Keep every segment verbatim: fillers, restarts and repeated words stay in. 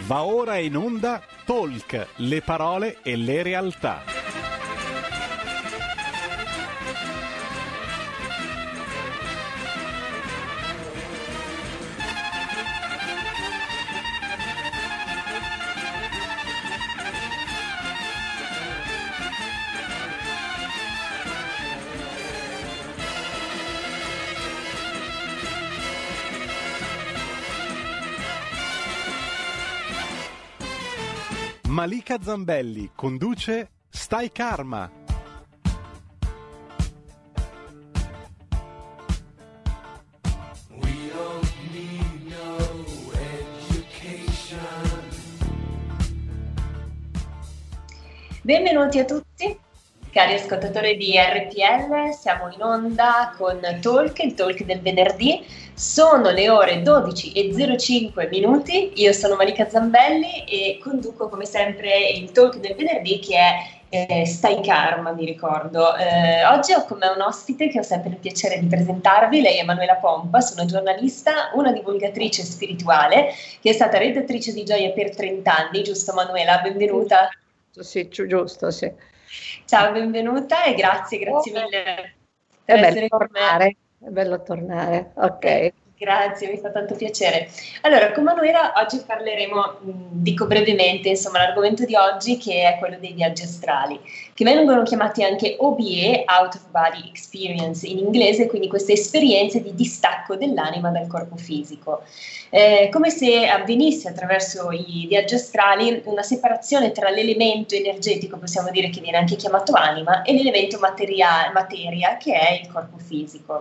Va ora in onda Talk, le parole e le realtà. Malika Zambelli conduce Stai Karma. Benvenuti a tutti, cari ascoltatori di R P L, siamo in onda con Talk, il Talk del venerdì. Sono le ore dodici e zero cinque minuti, io sono Malika Zambelli e conduco come sempre il Talk del venerdì che è eh, Stai Karma, mi ricordo. Eh, oggi ho con me un ospite che ho sempre il piacere di presentarvi, lei è Manuela Pompas, una giornalista, una divulgatrice spirituale che è stata redattrice di Gioia per trenta anni, giusto Manuela? Benvenuta. Sì, giusto, sì. Ciao, benvenuta e grazie, grazie mille per è essere con me. È bello tornare, ok. Grazie, mi fa tanto piacere. Allora, con Manuela oggi parleremo, dico brevemente, insomma, l'argomento di oggi che è quello dei viaggi astrali, che vengono chiamati anche O B E, Out of Body Experience in inglese, quindi queste esperienze di distacco dell'anima dal corpo fisico. Eh, come se avvenisse attraverso i viaggi astrali una separazione tra l'elemento energetico, possiamo dire che viene anche chiamato anima, e l'elemento materia, materia che è il corpo fisico.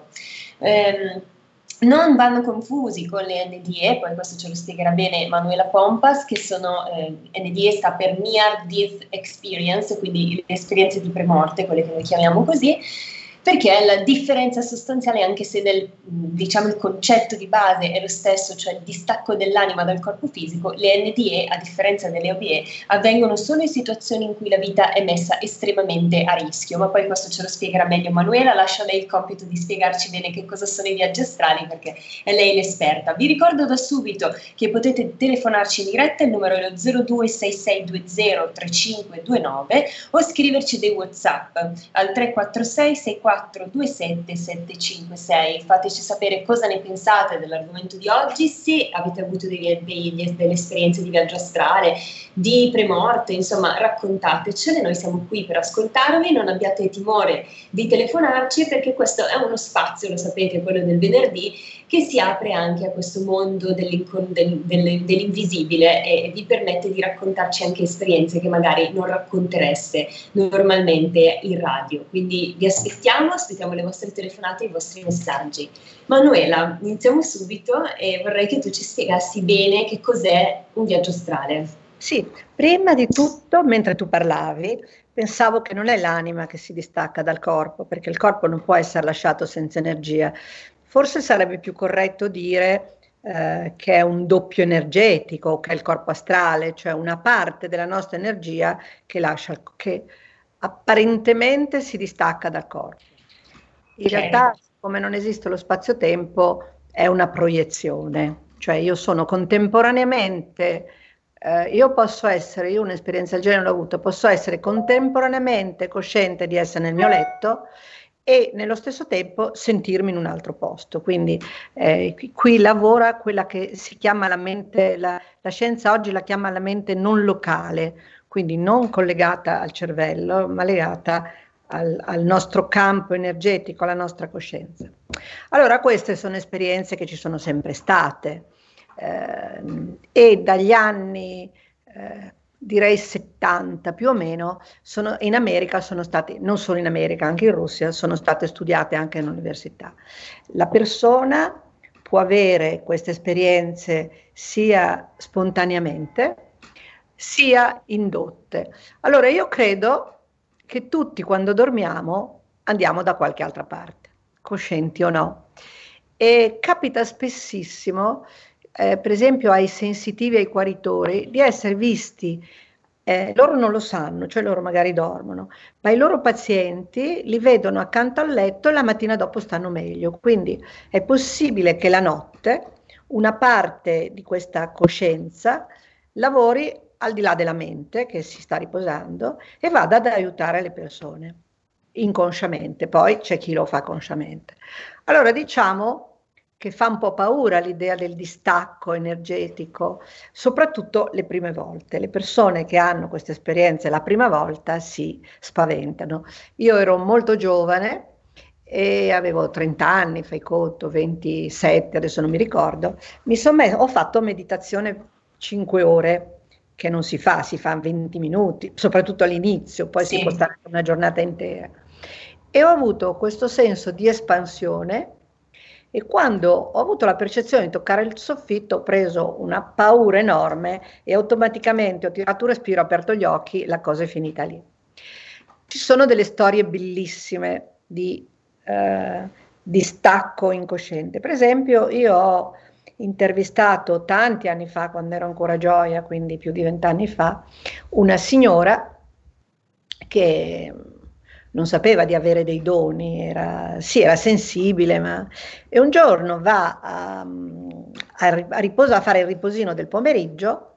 Eh, Non vanno confusi con le N D E, poi questo ce lo spiegherà bene Manuela Pompas, che sono, eh, N D E sta per Near Death Experience, quindi le esperienze di premorte, quelle che noi chiamiamo così, perché la differenza sostanziale, anche se nel, diciamo, il concetto di base è lo stesso, cioè il distacco dell'anima dal corpo fisico, le N D E, a differenza delle O B E, avvengono solo in situazioni in cui la vita è messa estremamente a rischio, ma poi questo ce lo spiegherà meglio Manuela. Lascio a lei il compito di spiegarci bene che cosa sono i viaggi astrali, perché è lei l'esperta. Vi ricordo da subito che potete telefonarci in diretta, il numero è lo zero due sei sei due zero tre cinque due nove, o scriverci dei WhatsApp al tre quattro sei sei quattro due sette sette cinque sei. Fateci sapere cosa ne pensate dell'argomento di oggi, se avete avuto dei, dei, delle esperienze di viaggio astrale, di premorte, insomma raccontatecele, noi siamo qui per ascoltarvi, non abbiate timore di telefonarci perché questo è uno spazio, lo sapete, quello del venerdì, che si apre anche a questo mondo del, del, dell'invisibile e vi permette di raccontarci anche esperienze che magari non raccontereste normalmente in radio. Quindi vi aspettiamo, aspettiamo le vostre telefonate e i vostri messaggi. Manuela, iniziamo subito e vorrei che tu ci spiegassi bene che cos'è un viaggio astrale. Sì, prima di tutto, mentre tu parlavi, pensavo che non è l'anima che si distacca dal corpo, perché il corpo non può essere lasciato senza energia. Forse sarebbe più corretto dire eh, che è un doppio energetico, che è il corpo astrale, cioè una parte della nostra energia che lascia, che apparentemente si distacca dal corpo. In okay. realtà, come non esiste lo spazio-tempo, è una proiezione, cioè io sono contemporaneamente, eh, io posso essere, io un'esperienza del genere l'ho avuta, posso essere contemporaneamente cosciente di essere nel mio letto e nello stesso tempo sentirmi in un altro posto. Quindi eh, qui, qui lavora quella che si chiama la mente, la, la scienza oggi la chiama la mente non locale, quindi non collegata al cervello, ma legata al, al nostro campo energetico, alla nostra coscienza. Allora queste sono esperienze che ci sono sempre state eh, e dagli anni eh, direi settanta più o meno, sono, in America sono stati, non solo in America, anche in Russia, sono state studiate anche in università. La persona può avere queste esperienze sia spontaneamente, sia indotte. Allora io credo che tutti quando dormiamo andiamo da qualche altra parte, coscienti o no. E capita spessissimo, Eh, per esempio ai sensitivi e ai guaritori, di essere visti, eh, loro non lo sanno, cioè loro magari dormono, ma i loro pazienti li vedono accanto al letto e la mattina dopo stanno meglio. Quindi è possibile che la notte una parte di questa coscienza lavori al di là della mente che si sta riposando e vada ad aiutare le persone inconsciamente, poi c'è chi lo fa consciamente. Allora diciamo che fa un po' paura l'idea del distacco energetico, soprattutto le prime volte. Le persone che hanno queste esperienze la prima volta si spaventano. Io ero molto giovane e avevo trenta anni, fai conto, ventisette, adesso non mi ricordo. Mi son me- ho fatto meditazione cinque ore, che non si fa, si fa in venti minuti, soprattutto all'inizio, poi si può Sì. stare una giornata intera. E ho avuto questo senso di espansione e quando ho avuto la percezione di toccare il soffitto ho preso una paura enorme e automaticamente ho tirato un respiro, ho aperto gli occhi, la cosa è finita lì. Ci sono delle storie bellissime di, eh, di stacco incosciente. Per esempio, io ho intervistato tanti anni fa, quando ero ancora Gioia, quindi più di vent'anni fa, una signora che non sapeva di avere dei doni, era, sì, era sensibile, ma e un giorno va a, a, a, riposo, a fare il riposino del pomeriggio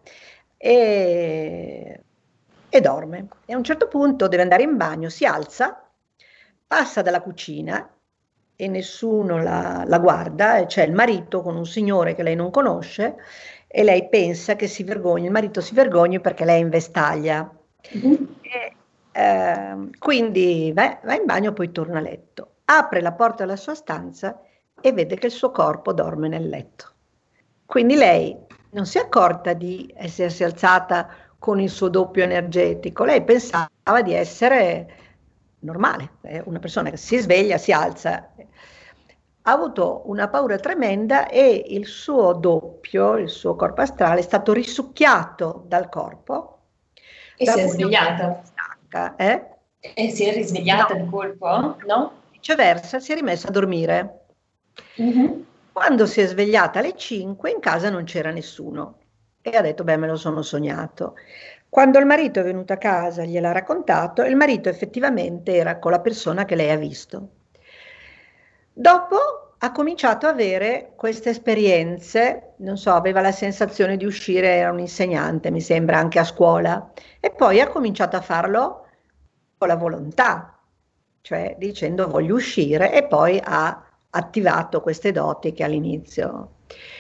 e, e dorme. E a un certo punto deve andare in bagno, si alza, passa dalla cucina e nessuno la, la guarda, e c'è il marito con un signore che lei non conosce e lei pensa che si vergogni, il marito si vergogni perché lei è in vestaglia. Mm-hmm. E, eh, quindi va, va in bagno, poi torna a letto, apre la porta della sua stanza e vede che il suo corpo dorme nel letto. Quindi lei non si è accorta di essersi alzata con il suo doppio energetico, lei pensava di essere normale, una persona che si sveglia, si alza. Ha avuto una paura tremenda e il suo doppio, il suo corpo astrale, è stato risucchiato dal corpo. E si è svegliata. Stacca, eh? E si è risvegliata no. di colpo? No? Viceversa, si è rimessa a dormire. Mm-hmm. Quando si è svegliata alle cinque in casa non c'era nessuno e ha detto, beh, me lo sono sognato. Quando il marito è venuto a casa, gliel'ha raccontato, il marito effettivamente era con la persona che lei ha visto. Dopo ha cominciato a avere queste esperienze, non so, aveva la sensazione di uscire, era un insegnante, mi sembra, anche a scuola, e poi ha cominciato a farlo con la volontà, cioè dicendo voglio uscire, e poi ha attivato queste doti che all'inizio.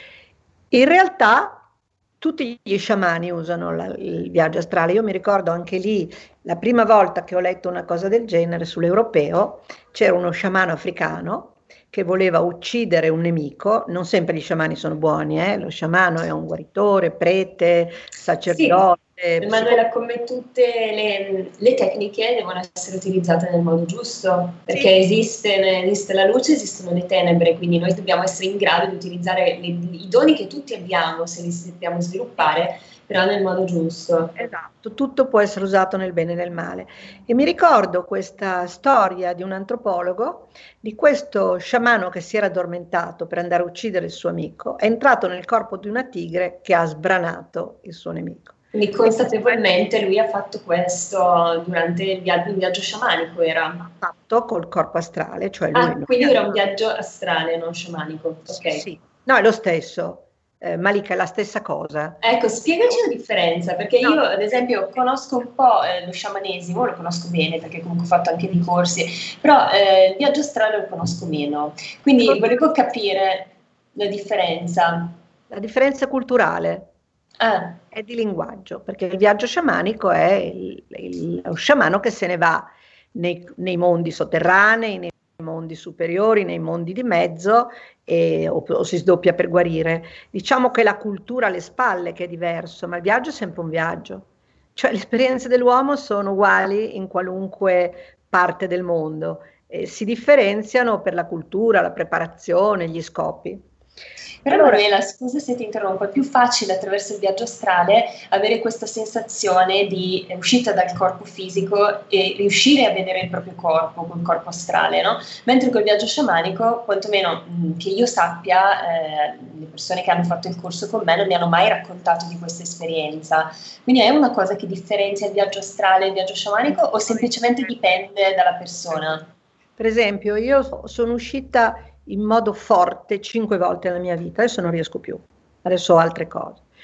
In realtà tutti gli sciamani usano la, il viaggio astrale. Io mi ricordo anche lì, la prima volta che ho letto una cosa del genere sull'Europeo, c'era uno sciamano africano che voleva uccidere un nemico. Non sempre gli sciamani sono buoni, eh? Lo sciamano è un guaritore, prete, sacerdote. Sì, Manuela, come tutte le, le tecniche devono essere utilizzate nel modo giusto, perché sì. esiste, esiste la luce, esistono le tenebre, quindi noi dobbiamo essere in grado di utilizzare le, i doni che tutti abbiamo, se li sappiamo sviluppare, però nel modo giusto. Esatto, tutto può essere usato nel bene e nel male. E mi ricordo questa storia di un antropologo, di questo sciamano che si era addormentato per andare a uccidere il suo amico, è entrato nel corpo di una tigre che ha sbranato il suo nemico. Quindi consapevolmente lui ha fatto questo durante il viaggio, il viaggio sciamanico, era? Fatto col corpo astrale, cioè lui... Ah, quindi era un viaggio astrale, non sciamanico, ok. Sì, no, è lo stesso. Eh, Malika, è la stessa cosa. Ecco, spiegaci la differenza, perché no. io ad esempio conosco un po' eh, lo sciamanesimo, lo conosco bene perché comunque ho fatto anche dei corsi, però eh, il viaggio astrale lo conosco meno, quindi Forse volevo capire la differenza. La differenza culturale. Ah. È di linguaggio, perché il viaggio sciamanico è il, il, lo sciamano che se ne va nei, nei mondi sotterranei, nei mondi superiori, nei mondi di mezzo e, o, o si sdoppia per guarire. Diciamo che la cultura alle spalle che è diverso, ma il viaggio è sempre un viaggio. Cioè le esperienze dell'uomo sono uguali in qualunque parte del mondo, e si differenziano per la cultura, la preparazione, gli scopi. Però allora, Manuela, scusa se ti interrompo, è più facile attraverso il viaggio astrale avere questa sensazione di uscita dal corpo fisico e riuscire a vedere il proprio corpo col corpo astrale, no? Mentre col viaggio sciamanico, quantomeno mh, che io sappia, eh, le persone che hanno fatto il corso con me non mi hanno mai raccontato di questa esperienza. Quindi è una cosa che differenzia il viaggio astrale e il viaggio sciamanico o semplicemente dipende dalla persona? Per esempio, io sono uscita in modo forte cinque volte nella mia vita, adesso non riesco più, adesso ho altre cose.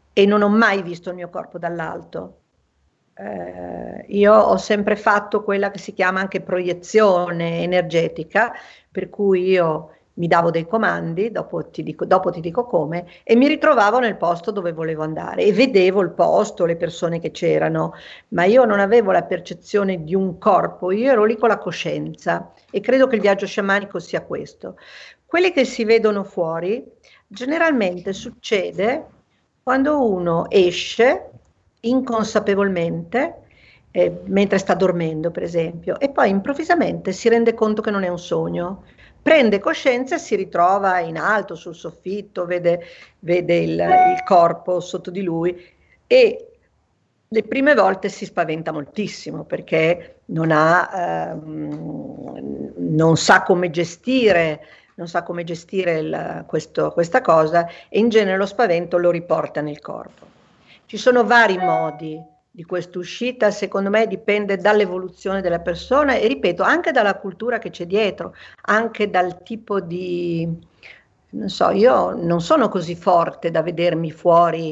e non ho mai visto il mio corpo dall'alto. Eh, io ho sempre fatto quella che si chiama anche proiezione energetica, per cui io mi davo dei comandi, dopo ti dico, dopo ti dico come, e mi ritrovavo nel posto dove volevo andare e vedevo il posto, le persone che c'erano, ma io non avevo la percezione di un corpo, io ero lì con la coscienza e credo che il viaggio sciamanico sia questo. Quelli che si vedono fuori, generalmente succede quando uno esce inconsapevolmente, eh, mentre sta dormendo, per esempio, e poi improvvisamente si rende conto che non è un sogno, prende coscienza e si ritrova in alto sul soffitto, vede, vede il, il corpo sotto di lui e le prime volte si spaventa moltissimo perché non ha, ehm, non sa come gestire, non sa come gestire il, questo, questa cosa e in genere lo spavento lo riporta nel corpo. Ci sono vari modi di questa uscita, secondo me dipende dall'evoluzione della persona e ripeto anche dalla cultura che c'è dietro, anche dal tipo di, non so, io non sono così forte da vedermi fuori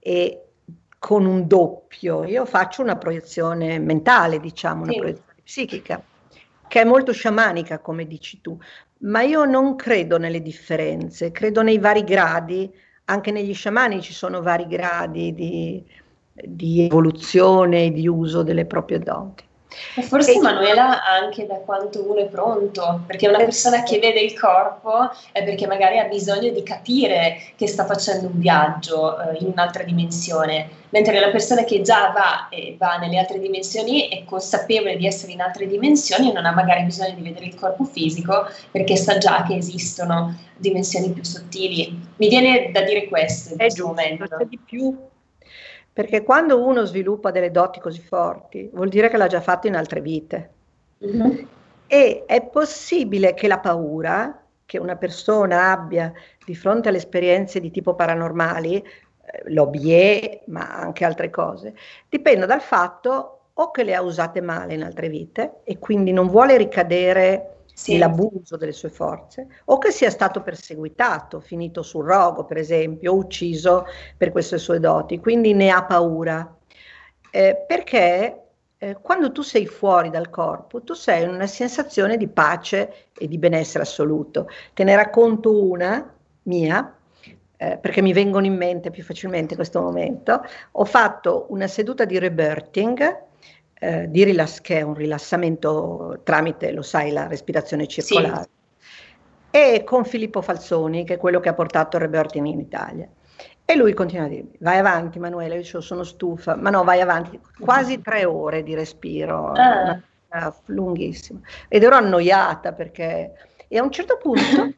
e con un doppio, io faccio una proiezione mentale, diciamo, una Sì. proiezione psichica, che è molto sciamanica, come dici tu, ma io non credo nelle differenze, credo nei vari gradi, anche negli sciamani ci sono vari gradi di, di evoluzione e di uso delle proprie doti. E forse E- Manuela anche da quanto uno è pronto, perché una persona che vede il corpo è perché magari ha bisogno di capire che sta facendo un viaggio eh, in un'altra dimensione, mentre la persona che già va e va nelle altre dimensioni è consapevole di essere in altre dimensioni e non ha magari bisogno di vedere il corpo fisico perché sa già che esistono dimensioni più sottili. Mi viene da dire questo in È questo giusto, momento. c'è di più, perché quando uno sviluppa delle doti così forti, vuol dire che l'ha già fatto in altre vite. Mhm. E è possibile che la paura che una persona abbia di fronte alle esperienze di tipo paranormali, eh, l'O B E, ma anche altre cose, dipenda dal fatto o che le ha usate male in altre vite e quindi non vuole ricadere Sì. nell'abuso delle sue forze, o che sia stato perseguitato, finito sul rogo, per esempio, o ucciso per queste sue doti, quindi ne ha paura. Eh, perché eh, quando tu sei fuori dal corpo, tu sei in una sensazione di pace e di benessere assoluto. Te ne racconto una mia, eh, perché mi vengono in mente più facilmente in questo momento. Ho fatto una seduta di rebirthing, eh, di rilass- che è un rilassamento tramite, lo sai, la respirazione circolare, sì. E con Filippo Falzoni, che è quello che ha portato il rebirthing in Italia. E lui continua a dirmi, vai avanti Manuela, io dicevo, sono stufa, ma no, vai avanti, quasi tre ore di respiro, Ah. una, lunghissimo. Ed ero annoiata perché, e a un certo punto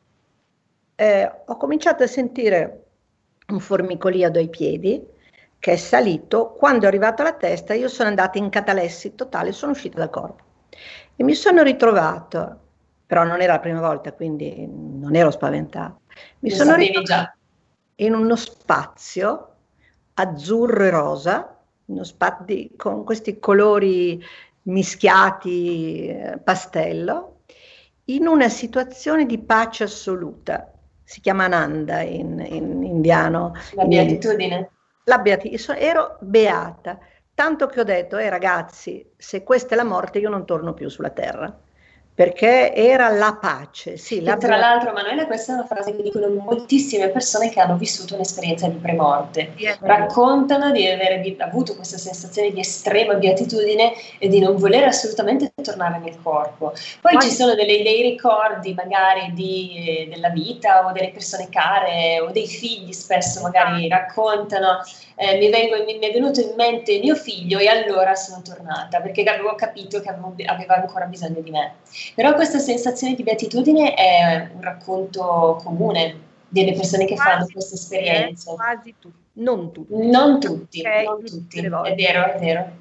eh, ho cominciato a sentire un formicolio ai piedi, che è salito, quando è arrivato alla testa io sono andata in catalessi totale, sono uscita dal corpo. E mi sono ritrovata, però non era la prima volta, quindi non ero spaventata, mi Lo sono sapevi ritrovata già. in uno spazio azzurro e rosa, uno spazio con questi colori mischiati, eh, pastello, in una situazione di pace assoluta. Si chiama Ananda in, in indiano. La in beatitudine. La beatitudine. Ero beata, tanto che ho detto, eh ragazzi, se questa è la morte io non torno più sulla terra. Perché era la pace. Sì, la Che tra l'altro, Manuela, questa è una frase che dicono moltissime persone che hanno vissuto un'esperienza di premorte. Raccontano di aver avuto questa sensazione di estrema beatitudine e di non voler assolutamente tornare nel corpo. Poi Ma ci sono delle, dei ricordi magari di, eh, della vita o delle persone care o dei figli, spesso magari raccontano. Eh, mi, vengo, mi, mi è venuto in mente mio figlio e allora sono tornata perché avevo capito che avevo, aveva ancora bisogno di me. Però questa sensazione di beatitudine è un racconto comune delle persone che quasi fanno queste esperienze. Eh, quasi tutti, non tutti. Non tutti, Okay, non tutti, è vero, è vero.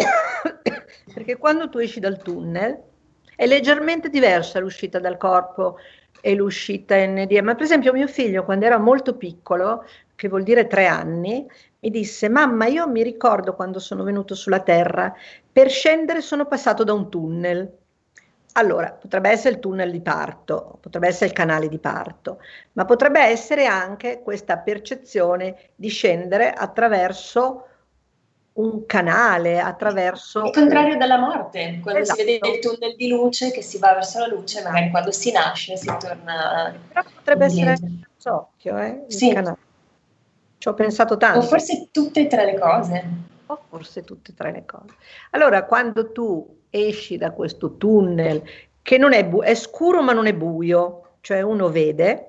Perché quando tu esci dal tunnel è leggermente diversa l'uscita dal corpo e l'uscita N D M. Ma per esempio mio figlio quando era molto piccolo, che vuol dire tre anni, mi disse: mamma, io mi ricordo quando sono venuto sulla terra, per scendere sono passato da un tunnel. Allora, potrebbe essere il tunnel di parto, potrebbe essere il canale di parto, ma potrebbe essere anche questa percezione di scendere attraverso un canale, attraverso... Il contrario della morte, quando Esatto. si vede il tunnel di luce che si va verso la luce, magari quando si nasce si torna Però potrebbe indietro. essere il occhio, eh, il Sì. canale. Ci ho pensato O tanto. forse tutte e tre le cose. O forse tutte e tre le cose. Allora, quando tu esci da questo tunnel, che non è, bu- è scuro ma non è buio, cioè uno vede,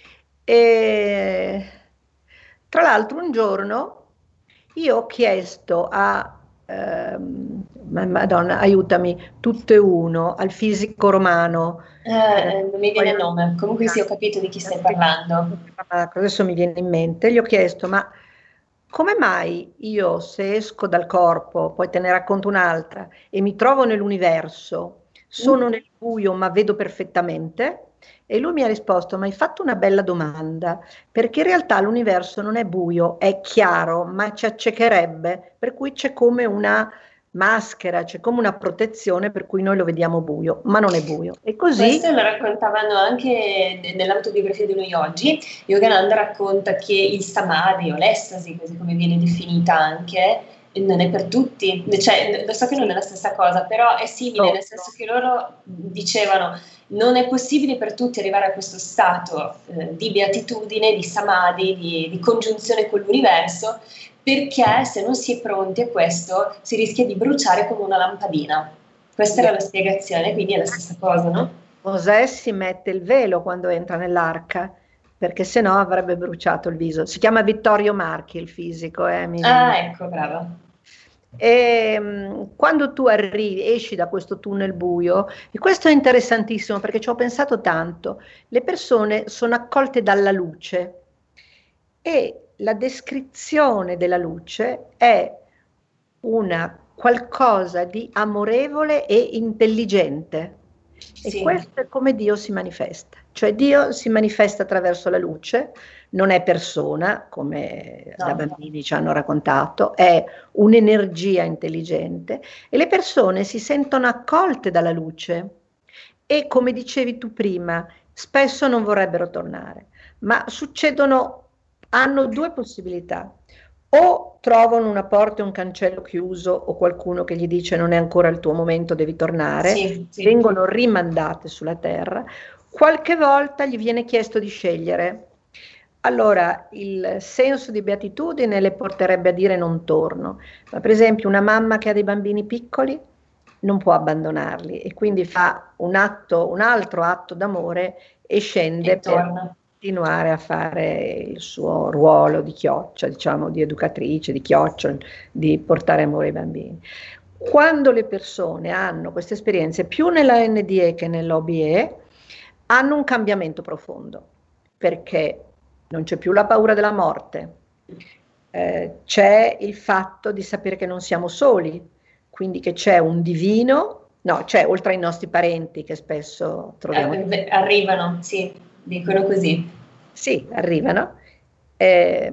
e tra l'altro un giorno io ho chiesto a, ehm, ma- Madonna, aiutami, tutte uno, al fisico romano. Eh, non mi viene il nome, comunque sì, ho capito di chi stai parlando. Adesso mi viene in mente, gli ho chiesto, ma come mai io se esco dal corpo, poi te ne racconto un'altra, e mi trovo nell'universo, sono Mm. nel buio ma vedo perfettamente? E lui mi ha risposto, ma hai fatto una bella domanda, perché in realtà l'universo non è buio, è chiaro, ma ci accecherebbe, per cui c'è come una maschera, c'è come una protezione per cui noi lo vediamo buio, ma non è buio. E così... Questo lo raccontavano anche nell'autobiografia di Lui Oggi. Yogananda racconta che il samadhi o l'estasi, così come viene definita anche, non è per tutti. Cioè, lo so che non è la stessa cosa, però è simile, No, nel senso che loro dicevano non è possibile per tutti arrivare a questo stato eh, di beatitudine, di samadhi, di, di congiunzione con l'universo, perché se non si è pronti a questo si rischia di bruciare come una lampadina. Questa era la spiegazione, quindi è la stessa cosa, no? Mosè si mette il velo quando entra nell'arca, perché sennò avrebbe bruciato il viso. Si chiama Vittorio Marchi, il fisico. Eh, mi Ah, viene. ecco, brava. E, mh, quando tu arrivi, esci da questo tunnel buio, e questo è interessantissimo perché ci ho pensato tanto, le persone sono accolte dalla luce e la descrizione della luce è una qualcosa di amorevole e intelligente. E Sì. questo è come Dio si manifesta, cioè Dio si manifesta attraverso la luce, non è persona, come No. da bambini ci hanno raccontato, è un'energia intelligente e le persone si sentono accolte dalla luce e, come dicevi tu prima, spesso non vorrebbero tornare, ma succedono, hanno due possibilità. O trovano una porta e un cancello chiuso o qualcuno che gli dice non è ancora il tuo momento, devi tornare, Sì, sì. vengono rimandate sulla terra. Qualche volta gli viene chiesto di scegliere. Allora, il senso di beatitudine le porterebbe a dire non torno, ma per esempio una mamma che ha dei bambini piccoli non può abbandonarli e quindi fa un atto, un altro atto d'amore e scende E per torna. continuare a fare il suo ruolo di chioccia, diciamo, di educatrice, di chioccia, di portare amore ai bambini. Quando le persone hanno queste esperienze, più nella N D E che nell'O B E, hanno un cambiamento profondo, perché non c'è più la paura della morte, eh, c'è il fatto di sapere che non siamo soli, quindi che c'è un divino, no, c'è oltre ai nostri parenti che spesso troviamo. Arri- arrivano, sì, dicono così. Sì, arrivano. Eh,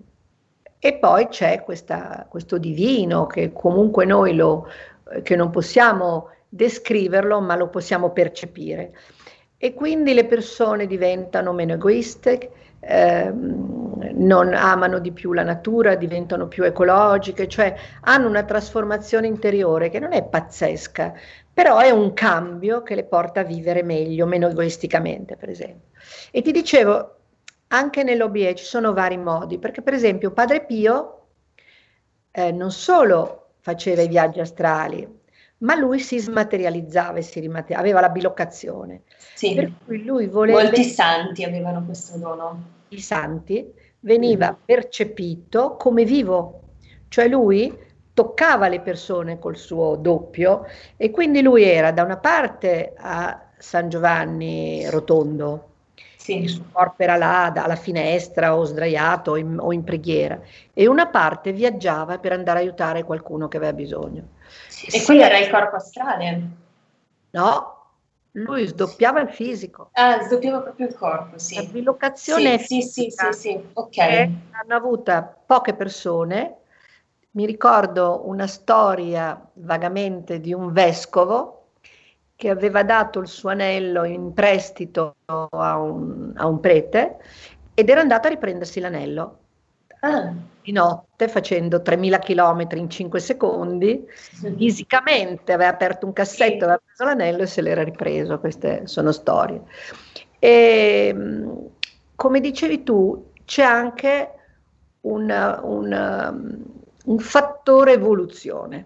e poi c'è questa, questo divino che comunque noi lo, che non possiamo descriverlo, ma lo possiamo percepire. E quindi le persone diventano meno egoiste, ehm, non amano di più la natura, diventano più ecologiche, cioè hanno una trasformazione interiore che non è pazzesca, però è un cambio che le porta a vivere meglio, meno egoisticamente, per esempio. E ti dicevo, anche nell'O B E ci sono vari modi, perché per esempio Padre Pio eh, non solo faceva i viaggi astrali, ma lui si smaterializzava e si rimate- aveva la bilocazione. Sì. Per cui lui voleva... Molti santi avevano questo dono. I santi, veniva percepito come vivo, cioè lui toccava le persone col suo doppio e quindi lui era da una parte a San Giovanni Rotondo, Sì. il suo corpo era là alla finestra o sdraiato o in, o in preghiera, e una parte viaggiava per andare a aiutare qualcuno che aveva bisogno. E Sia- quello era il corpo astrale. No, lui sdoppiava il fisico. Ah, sdoppiava proprio il corpo, La sì. bilocazione Sì, è sì, sì, fisica, sì, sì, ok. che hanno avuta poche persone. Mi ricordo una storia vagamente di un vescovo che aveva dato il suo anello in prestito a un, a un prete ed era andato a riprendersi l'anello. Ah. Di notte, facendo tremila chilometri in cinque secondi, fisicamente aveva aperto un cassetto, Sì. aveva preso l'anello e se l'era ripreso. Queste sono storie. E, come dicevi tu, c'è anche un, un, un fattore evoluzione.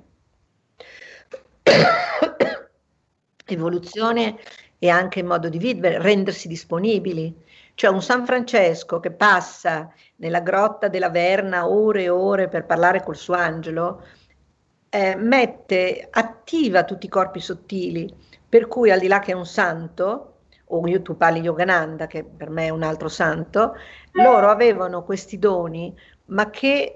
Evoluzione e anche il modo di vivere, rendersi disponibili. Cioè un San Francesco che passa nella grotta della Verna ore e ore per parlare col suo angelo, eh, mette, attiva tutti i corpi sottili, per cui al di là che è un santo, o io tu parli di Yogananda, che per me è un altro santo, loro avevano questi doni, ma che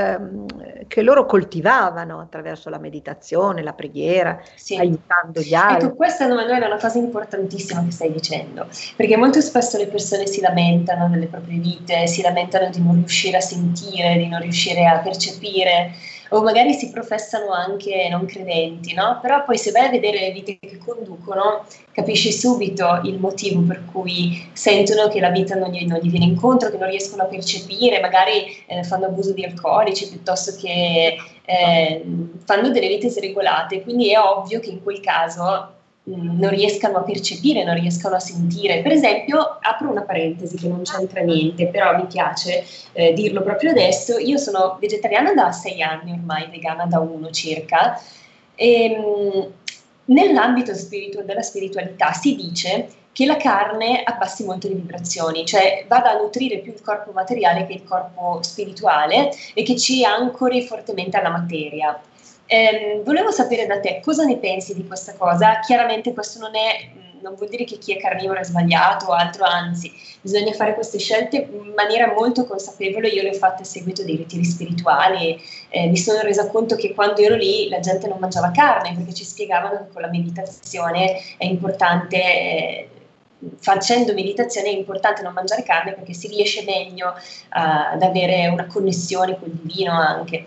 che loro coltivavano attraverso la meditazione, la preghiera, sì. aiutando gli altri. Ecco, questa Emanuele è una cosa importantissima che stai dicendo, perché molto spesso le persone si lamentano delle proprie vite, si lamentano di non riuscire a sentire, di non riuscire a percepire, o magari si professano anche non credenti, no? Però poi se vai a vedere le vite che conducono, capisci subito il motivo per cui sentono che la vita non gli, non gli viene incontro, che non riescono a percepire, magari eh, fanno abuso di alcolici piuttosto che eh, fanno delle vite sregolate, quindi è ovvio che in quel caso mh, non riescano a percepire, non riescano a sentire. Per esempio, apro una parentesi che non c'entra niente, però mi piace eh, dirlo proprio adesso. Io sono vegetariana da sei anni ormai, vegana da uno circa, e mh, nell'ambito spiritu- della spiritualità si dice che la carne abbassi molto le vibrazioni, cioè vada a nutrire più il corpo materiale che il corpo spirituale e che ci ancori fortemente alla materia. Eh, volevo sapere da te cosa ne pensi di questa cosa. Chiaramente questo non è, non vuol dire che chi è carnivoro è sbagliato o altro, anzi, bisogna fare queste scelte in maniera molto consapevole. Io le ho fatte a seguito dei ritiri spirituali e eh, mi sono resa conto che quando ero lì la gente non mangiava carne, perché ci spiegavano che con la meditazione è importante, eh, facendo meditazione è importante non mangiare carne perché si riesce meglio uh, ad avere una connessione col divino anche.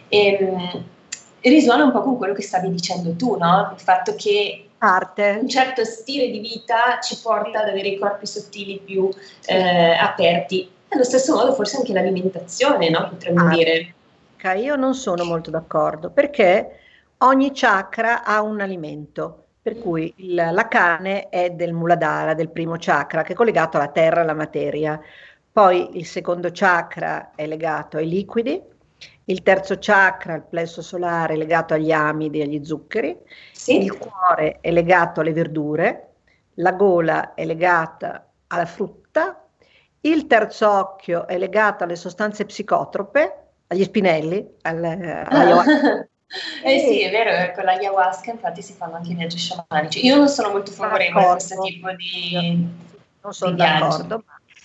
E, risuona un po' con quello che stavi dicendo tu, no? Il fatto che Parte. un certo stile di vita ci porta ad avere i corpi sottili più eh, aperti. Allo stesso modo forse anche l'alimentazione, no? Potremmo ah, dire. Io non sono molto d'accordo, perché ogni chakra ha un alimento, per cui il, la carne è del Muladhara, del primo chakra, che è collegato alla terra e alla materia. Poi il secondo chakra è legato ai liquidi, il terzo chakra, il plesso solare, è legato agli amidi e agli zuccheri, sì. Il cuore è legato alle verdure, la gola è legata alla frutta, il terzo occhio è legato alle sostanze psicotrope, agli spinelli, alle, all'ayahuasca. Eh sì, è vero, con l'ayahuasca infatti si fanno anche i viaggi sciamanici. Io non sono molto favorevole a questo tipo di, non sono di d'accordo.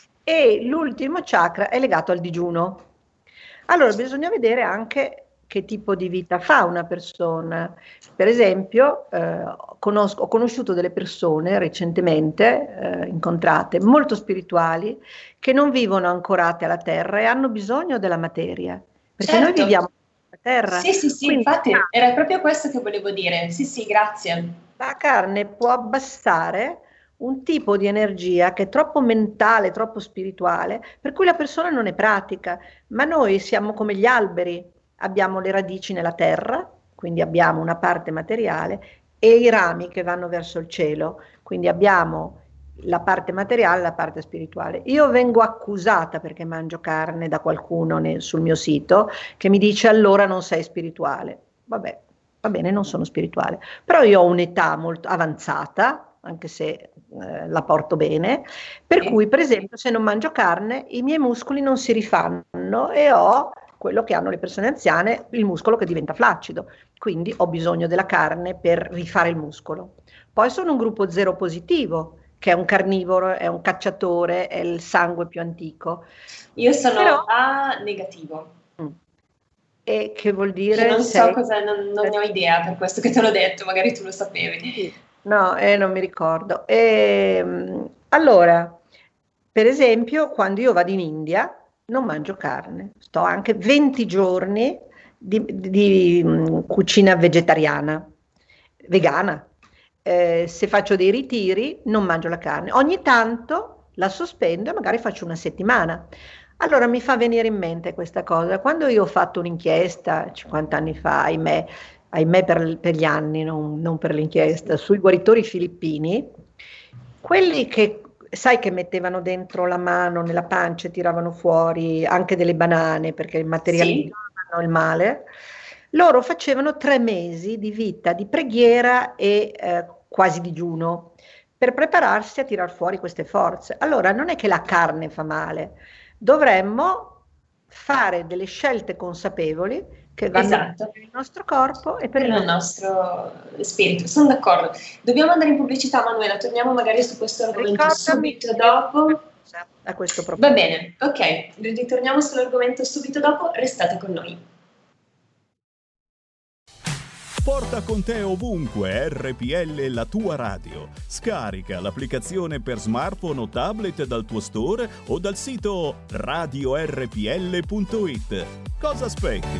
E l'ultimo chakra è legato al digiuno. Allora bisogna vedere anche che tipo di vita fa una persona. Per esempio, eh, conosco, ho conosciuto delle persone recentemente eh, incontrate, molto spirituali, che non vivono ancorate alla terra e hanno bisogno della materia, perché certo. Noi viviamo sulla terra. Sì, sì, sì, quindi, infatti era proprio questo che volevo dire. Sì, sì, grazie. La carne può abbassare un tipo di energia che è troppo mentale, troppo spirituale, per cui la persona non è pratica, ma noi siamo come gli alberi, abbiamo le radici nella terra, quindi abbiamo una parte materiale, e i rami che vanno verso il cielo, quindi abbiamo la parte materiale e la parte spirituale. Io vengo accusata perché mangio carne da qualcuno nel, sul mio sito che mi dice allora non sei spirituale. Vabbè, va bene, non sono spirituale, però io ho un'età molto avanzata, anche se eh, la porto bene, per sì. Cui per esempio se non mangio carne i miei muscoli non si rifanno e ho quello che hanno le persone anziane, il muscolo che diventa flaccido, quindi ho bisogno della carne per rifare il muscolo. Poi sono un gruppo zero positivo, che è un carnivoro, è un cacciatore, è il sangue più antico. Io sono Però, A negativo. E che vuol dire? Che non sei... so cosa, non, non ne ho idea, per questo che te l'ho detto, magari tu lo sapevi. Sì. No, eh, non mi ricordo. E, allora, per esempio, quando io vado in India non mangio carne, sto anche venti giorni di, di, di cucina vegetariana, vegana, eh, se faccio dei ritiri non mangio la carne. Ogni tanto la sospendo e magari faccio una settimana. Allora mi fa venire in mente questa cosa. Quando io ho fatto un'inchiesta cinquanta anni fa, ahimè, ahimè per, per gli anni, non, non per l'inchiesta, sui guaritori filippini, quelli che sai che mettevano dentro la mano nella pancia e tiravano fuori anche delle banane perché materializzavano il male, loro facevano tre mesi di vita di preghiera e eh, quasi digiuno per prepararsi a tirar fuori queste forze. Allora non è che la carne fa male, dovremmo fare delle scelte consapevoli che vanno Esatto. per il nostro corpo e per, per il il nostro spirito. Sono d'accordo. Dobbiamo andare in pubblicità, Manuela, torniamo magari su questo argomento Ricordami subito dopo. A questo proposito. Va bene, ok, ritorniamo sull'argomento subito dopo, restate con noi. Porta con te ovunque R P L, la tua radio. Scarica l'applicazione per smartphone o tablet dal tuo store o dal sito radio R P L punto it. Cosa aspetti?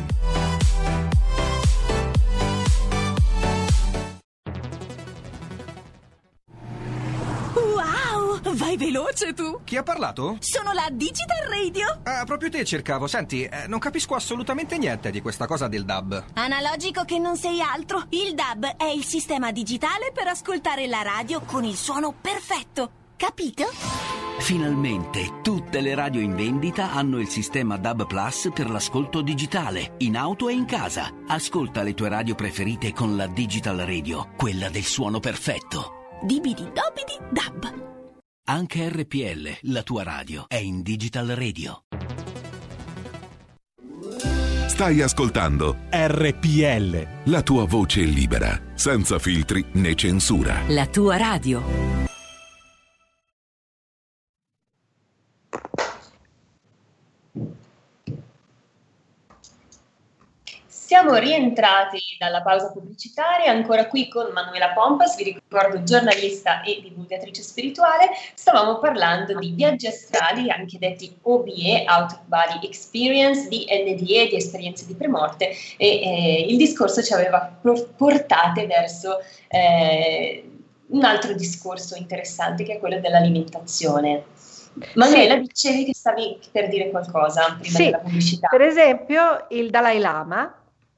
Vai veloce tu! Chi ha parlato? Sono la Digital Radio! Ah, proprio te cercavo. Senti, eh, non capisco assolutamente niente di questa cosa del D A B. Analogico che non sei altro. Il D A B è il sistema digitale per ascoltare la radio con il suono perfetto. Capito? Finalmente tutte le radio in vendita hanno il sistema D A B Plus per l'ascolto digitale, in auto e in casa. Ascolta le tue radio preferite con la Digital Radio, quella del suono perfetto. Dibidi dobidi D A B. Anche R P L, la tua radio, è in Digital Radio. Stai ascoltando R P L, la tua voce libera, senza filtri né censura. La tua radio. Siamo rientrati dalla pausa pubblicitaria, ancora qui con Manuela Pompas, vi ricordo giornalista e divulgatrice spirituale. Stavamo parlando di viaggi astrali, anche detti O B E, Out of Body Experience, di N D E, di esperienze di premorte, e eh, il discorso ci aveva portate verso eh, un altro discorso interessante, che è quello dell'alimentazione. Manuela, sì, dicevi che stavi per dire qualcosa prima, sì, della pubblicità. Per esempio il Dalai Lama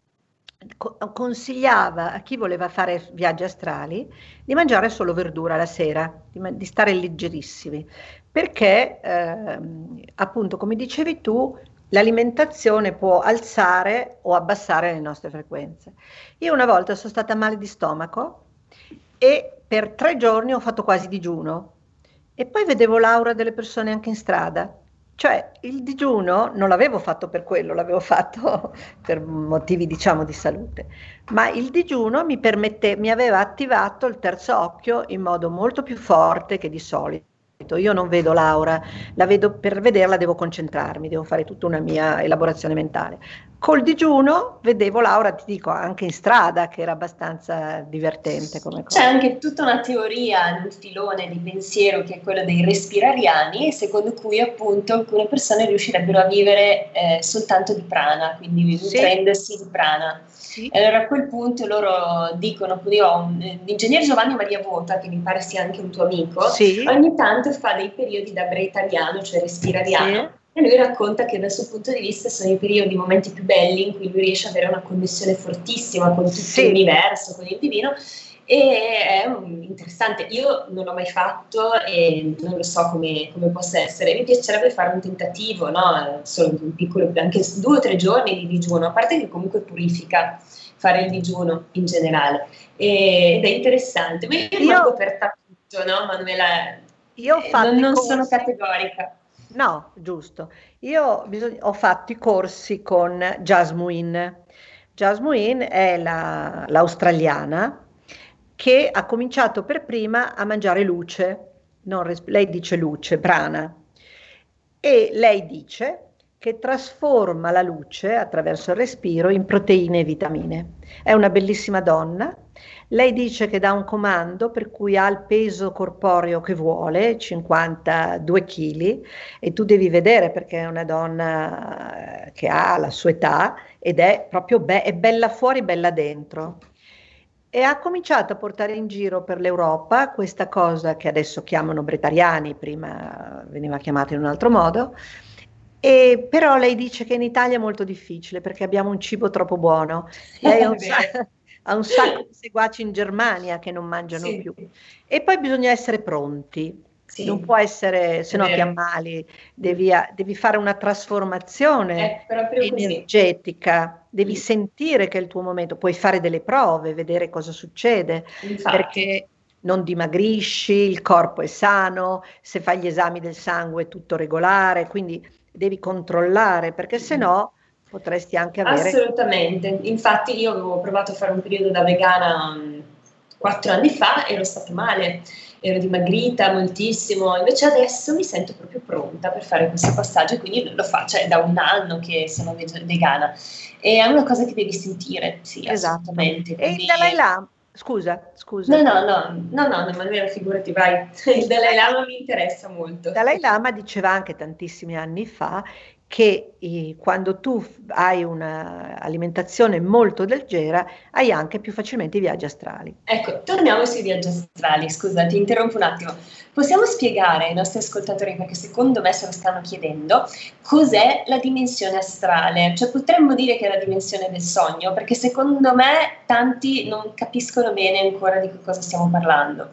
consigliava a chi voleva fare viaggi astrali di mangiare solo verdura la sera, di, di stare leggerissimi, perché eh, appunto, come dicevi tu, l'alimentazione può alzare o abbassare le nostre frequenze. Io una volta sono stata male di stomaco e per tre giorni ho fatto quasi digiuno e poi vedevo l'aura delle persone anche in strada. Cioè il digiuno non l'avevo fatto per quello, l'avevo fatto per motivi, diciamo, di salute, ma il digiuno mi permette, mi aveva attivato il terzo occhio in modo molto più forte che di solito. Io non vedo l'aura, la vedo, per vederla devo concentrarmi, devo fare tutta una mia elaborazione mentale. Col digiuno vedevo l'aura, ti dico, anche in strada, che era abbastanza divertente come cosa. C'è anche tutta una teoria, un filone di pensiero, che è quello dei respirariani, secondo cui appunto alcune persone riuscirebbero a vivere eh, soltanto di prana, quindi nutrendosi sì. di prana. Sì. E allora a quel punto loro dicono, io ho un, l'ingegnere Giovanni Maria Vota, che mi pare sia anche un tuo amico, sì. ogni tanto fa dei periodi da breitariano, cioè respirariano. Sì. E lui racconta che dal suo punto di vista sono i periodi, i momenti più belli in cui lui riesce ad avere una connessione fortissima con tutto sì. l'universo, con il divino, e è um, interessante. Io non l'ho mai fatto e non lo so come, come possa essere. Mi piacerebbe fare un tentativo, no? Solo un piccolo, anche due o tre giorni di digiuno, a parte che comunque purifica fare il digiuno in generale, e, ed è interessante. Ma io rimango aperta a tutto, no, Manuela? Io ho fatto non, non sono categorica. No, giusto. Io bisog- ho fatto i corsi con Jasmine. Jasmine è la, l'australiana che ha cominciato per prima a mangiare luce, non res- lei dice luce, prana, e lei dice che trasforma la luce attraverso il respiro in proteine e vitamine. È una bellissima donna. Lei dice che dà un comando per cui ha il peso corporeo che vuole, cinquantadue chili, e tu devi vedere, perché è una donna che ha la sua età ed è proprio be- è bella fuori, bella dentro. e ha cominciato a portare in giro per l'Europa questa cosa che adesso chiamano bretariani, prima veniva chiamata in un altro modo, e però lei dice che in Italia è molto difficile perché abbiamo un cibo troppo buono. Lei ha un, sa- ha un sacco di seguaci in Germania che non mangiano Sì. più. E poi bisogna essere pronti. Sì. Non può essere, se no È ti vero. ammali, devi, a- devi fare una trasformazione È proprio così. energetica, devi Sì. sentire che è il tuo momento, puoi fare delle prove, vedere cosa succede, Infatti. perché non dimagrisci, il corpo è sano, se fai gli esami del sangue è tutto regolare, quindi devi controllare, perché se no potresti anche avere... Assolutamente, infatti io avevo provato a fare un periodo da vegana mh, quattro anni fa, ero stata male, ero dimagrita moltissimo, invece adesso mi sento proprio pronta per fare questo passaggio e quindi lo faccio, è da un anno che sono veg- vegana e è una cosa che devi sentire, sì, Esatto. assolutamente. E Quindi... il Dalai Lama, scusa, scusa. No, no, no, no, no, Emanuela, figurati, vai, il Dalai Lama mi interessa molto. Il Dalai Lama diceva anche tantissimi anni fa che eh, quando tu f- hai un'alimentazione molto leggera hai anche più facilmente i viaggi astrali. Ecco, torniamo sui viaggi astrali, scusa, ti interrompo un attimo. Possiamo spiegare ai nostri ascoltatori, perché secondo me se lo stanno chiedendo, cos'è la dimensione astrale? Cioè potremmo dire che è la dimensione del sogno, perché secondo me tanti non capiscono bene ancora di che cosa stiamo parlando.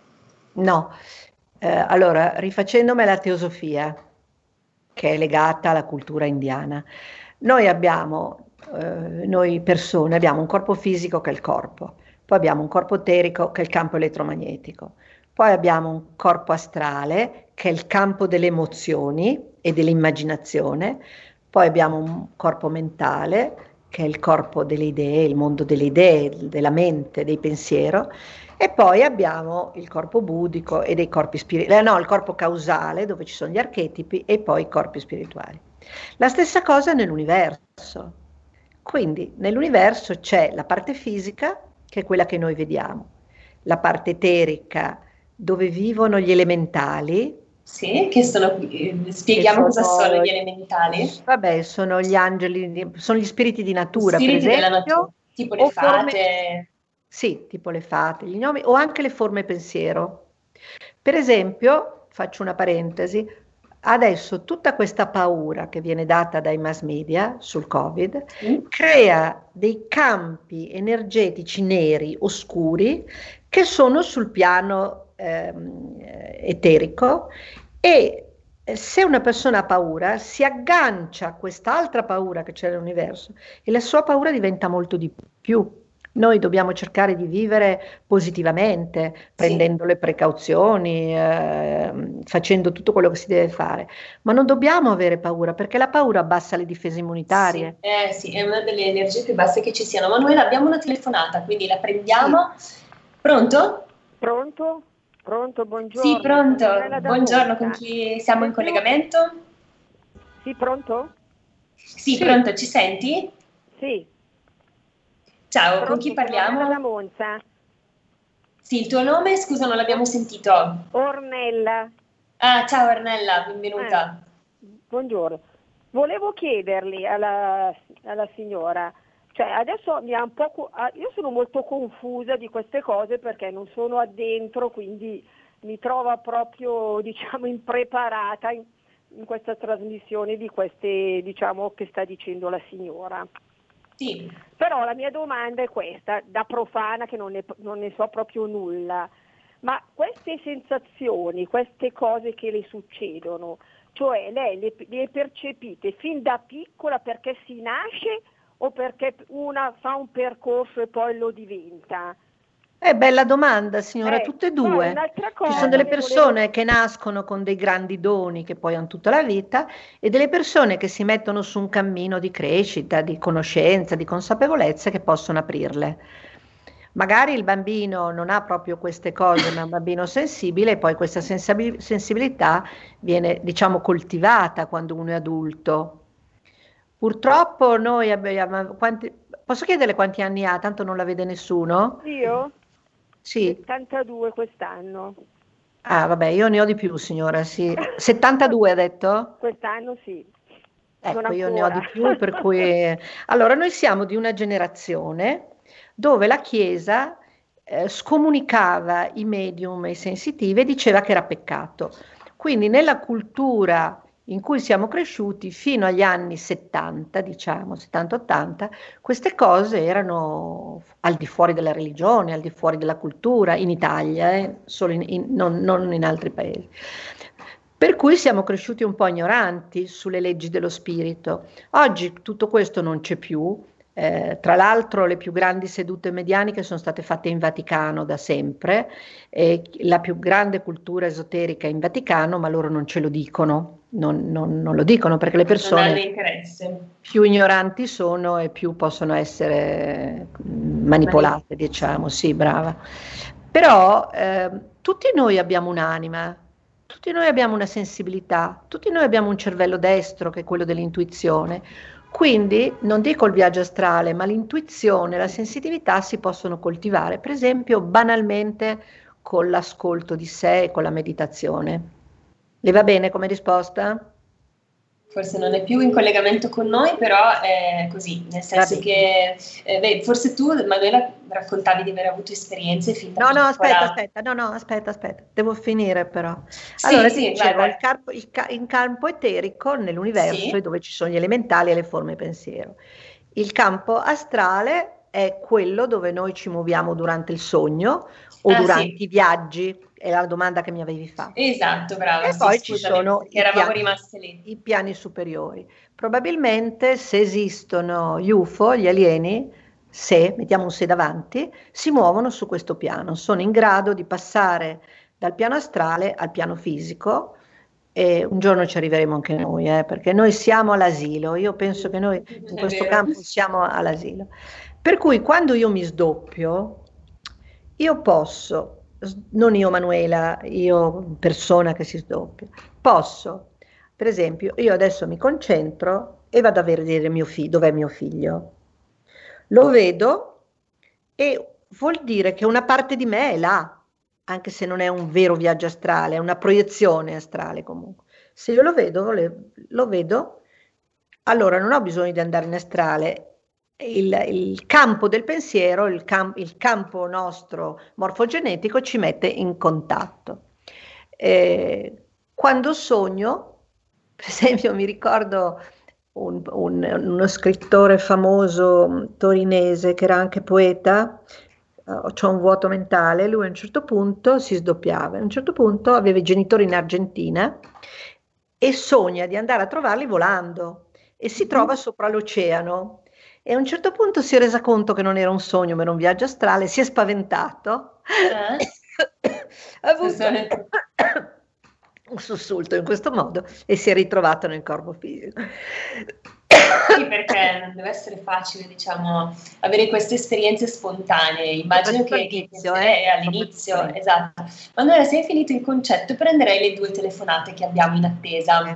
No, eh, allora rifacendomi alla teosofia, che è legata alla cultura indiana, noi abbiamo, eh, noi persone, abbiamo un corpo fisico che è il corpo, poi abbiamo un corpo eterico che è il campo elettromagnetico, poi abbiamo un corpo astrale che è il campo delle emozioni e dell'immaginazione, poi abbiamo un corpo mentale che è il corpo delle idee, il mondo delle idee, della mente, dei pensieri, e poi abbiamo il corpo budico e dei corpi spirituali, no, il corpo causale dove ci sono gli archetipi e poi i corpi spirituali. La stessa cosa nell'universo. Quindi nell'universo c'è la parte fisica, che è quella che noi vediamo, la parte eterica dove vivono gli elementali. Sì, che sono, eh, spieghiamo che cosa sono gli elementali. Vabbè, sono gli angeli, sono gli spiriti di natura, Spiriti per della esempio, natura, tipo le o forme- fate. Sì, tipo le fate, gli gnomi, o anche le forme pensiero. Per esempio, faccio una parentesi, adesso tutta questa paura che viene data dai mass media sul Covid Mm. crea dei campi energetici neri, oscuri, che sono sul piano ehm, eterico, e se una persona ha paura si aggancia a quest'altra paura che c'è nell'universo e la sua paura diventa molto di più. Noi dobbiamo cercare di vivere positivamente, prendendo le precauzioni, eh, facendo tutto quello che si deve fare, ma non dobbiamo avere paura, perché la paura abbassa le difese immunitarie. Sì, eh, sì, è una delle energie più basse che ci siano. Manuela, abbiamo una telefonata, quindi la prendiamo. Pronto? Pronto? Pronto, buongiorno. Sì, pronto. Sono Manuela da Buongiorno, Monza. con chi siamo in Sentivo- collegamento? Sì, pronto? Sì, pronto, ci senti? Sì. Ciao, Pronto, con chi sono Ornella da parliamo? Monza. Sì, il tuo nome? Scusa, non l'abbiamo sentito. Ornella. Ah, ciao Ornella, benvenuta. Eh, buongiorno. Volevo chiederli alla, alla signora, cioè adesso mi ha un po', co- ah, io sono molto confusa di queste cose perché non sono addentro, quindi mi trovo proprio, diciamo, impreparata in, in questa trasmissione di queste, diciamo, che sta dicendo la signora. Sì. Però la mia domanda è questa, da profana che non ne, non ne so proprio nulla, ma queste sensazioni, queste cose che le succedono, cioè lei le, le percepite fin da piccola perché si nasce o perché una fa un percorso e poi lo diventa? È bella domanda, signora, Eh, tutte e poi due. un'altra Ci cosa sono delle che persone volevo- che nascono con dei grandi doni che poi hanno tutta la vita e delle persone che si mettono su un cammino di crescita, di conoscenza, di consapevolezza che possono aprirle. Magari il bambino non ha proprio queste cose, ma è un bambino sensibile e poi questa sensabi- sensibilità viene, diciamo, coltivata quando uno è adulto. Purtroppo noi abbiamo... Quanti, posso chiederle quanti anni ha? Tanto non la vede nessuno? Io? Sì. settantadue quest'anno. Ah, vabbè, io ne ho di più, signora, sì. settantadue ha detto? Quest'anno sì. Ecco, Non io ne ho ancora. di più, per cui... Allora, noi siamo di una generazione dove la Chiesa eh, scomunicava i medium e i sensitivi e diceva che era peccato. Quindi nella cultura in cui siamo cresciuti fino agli anni settanta, diciamo, settanta ottanta, queste cose erano al di fuori della religione, al di fuori della cultura, in Italia, eh, solo in, in, non, non in altri paesi. Per cui siamo cresciuti un po' ignoranti sulle leggi dello spirito. Oggi tutto questo non c'è più. Eh, tra l'altro le più grandi sedute medianiche sono state fatte in Vaticano da sempre, eh, la più grande cultura esoterica è in Vaticano, ma loro non ce lo dicono, non, non, non lo dicono perché le persone più ignoranti sono e più possono essere manipolate, diciamo, sì, brava. Però eh, tutti noi abbiamo un'anima, tutti noi abbiamo una sensibilità, tutti noi abbiamo un cervello destro che è quello dell'intuizione. Quindi non dico il viaggio astrale, ma l'intuizione e la sensitività si possono coltivare, per esempio banalmente con l'ascolto di sé e con la meditazione. Le va bene come risposta? Forse non è più in collegamento con noi, però è così, nel senso che eh, beh, forse tu, Manuela, raccontavi di aver avuto esperienze fin da No, piccola. no, aspetta, aspetta, no, no, aspetta, aspetta, devo finire però. Sì, allora, sì, dicevo, vai, vai. Il, campo, il, ca- il campo eterico nell'universo Sì. è dove ci sono gli elementali e le forme pensiero. Il campo astrale è quello dove noi ci muoviamo durante il sogno o Ah, durante sì. i viaggi, è la domanda che mi avevi fatto. Esatto, brava. E sì, poi ci scusami, sono perché i eravamo piani, rimaste lì. i piani superiori. Probabilmente se esistono gli U F O, gli alieni, se, mettiamo un se davanti, si muovono su questo piano, sono in grado di passare dal piano astrale al piano fisico e un giorno ci arriveremo anche noi, eh, perché noi siamo all'asilo, io penso che noi in È questo vero. campo siamo all'asilo. Per cui quando io mi sdoppio, io posso, non io Manuela, io persona che si sdoppia, posso, per esempio, io adesso mi concentro e vado a vedere mio figlio, dov'è mio figlio? Lo vedo e vuol dire che una parte di me è là, anche se non è un vero viaggio astrale, è una proiezione astrale comunque. Se io lo vedo, lo vedo, allora non ho bisogno di andare in astrale. Il, il campo del pensiero, il, cam- il campo nostro morfogenetico ci mette in contatto. Eh, quando sogno, per esempio, mi ricordo un, un, uno scrittore famoso torinese che era anche poeta, uh, c'ho un vuoto mentale, lui a un certo punto si sdoppiava, a un certo punto aveva i genitori in Argentina e sogna di andare a trovarli volando e si trova sopra l'oceano. E a un certo punto si è resa conto che non era un sogno, ma era un viaggio astrale, si è spaventato, Eh? ha avuto un sussulto in questo modo e si è ritrovato nel corpo fisico. Sì, perché non deve essere facile, diciamo, avere queste esperienze spontanee. Immagino che, che, che all'inizio, eh, eh, all'inizio, proprio esatto. Manuela, se hai finito il concetto, prenderei le due telefonate che abbiamo in attesa.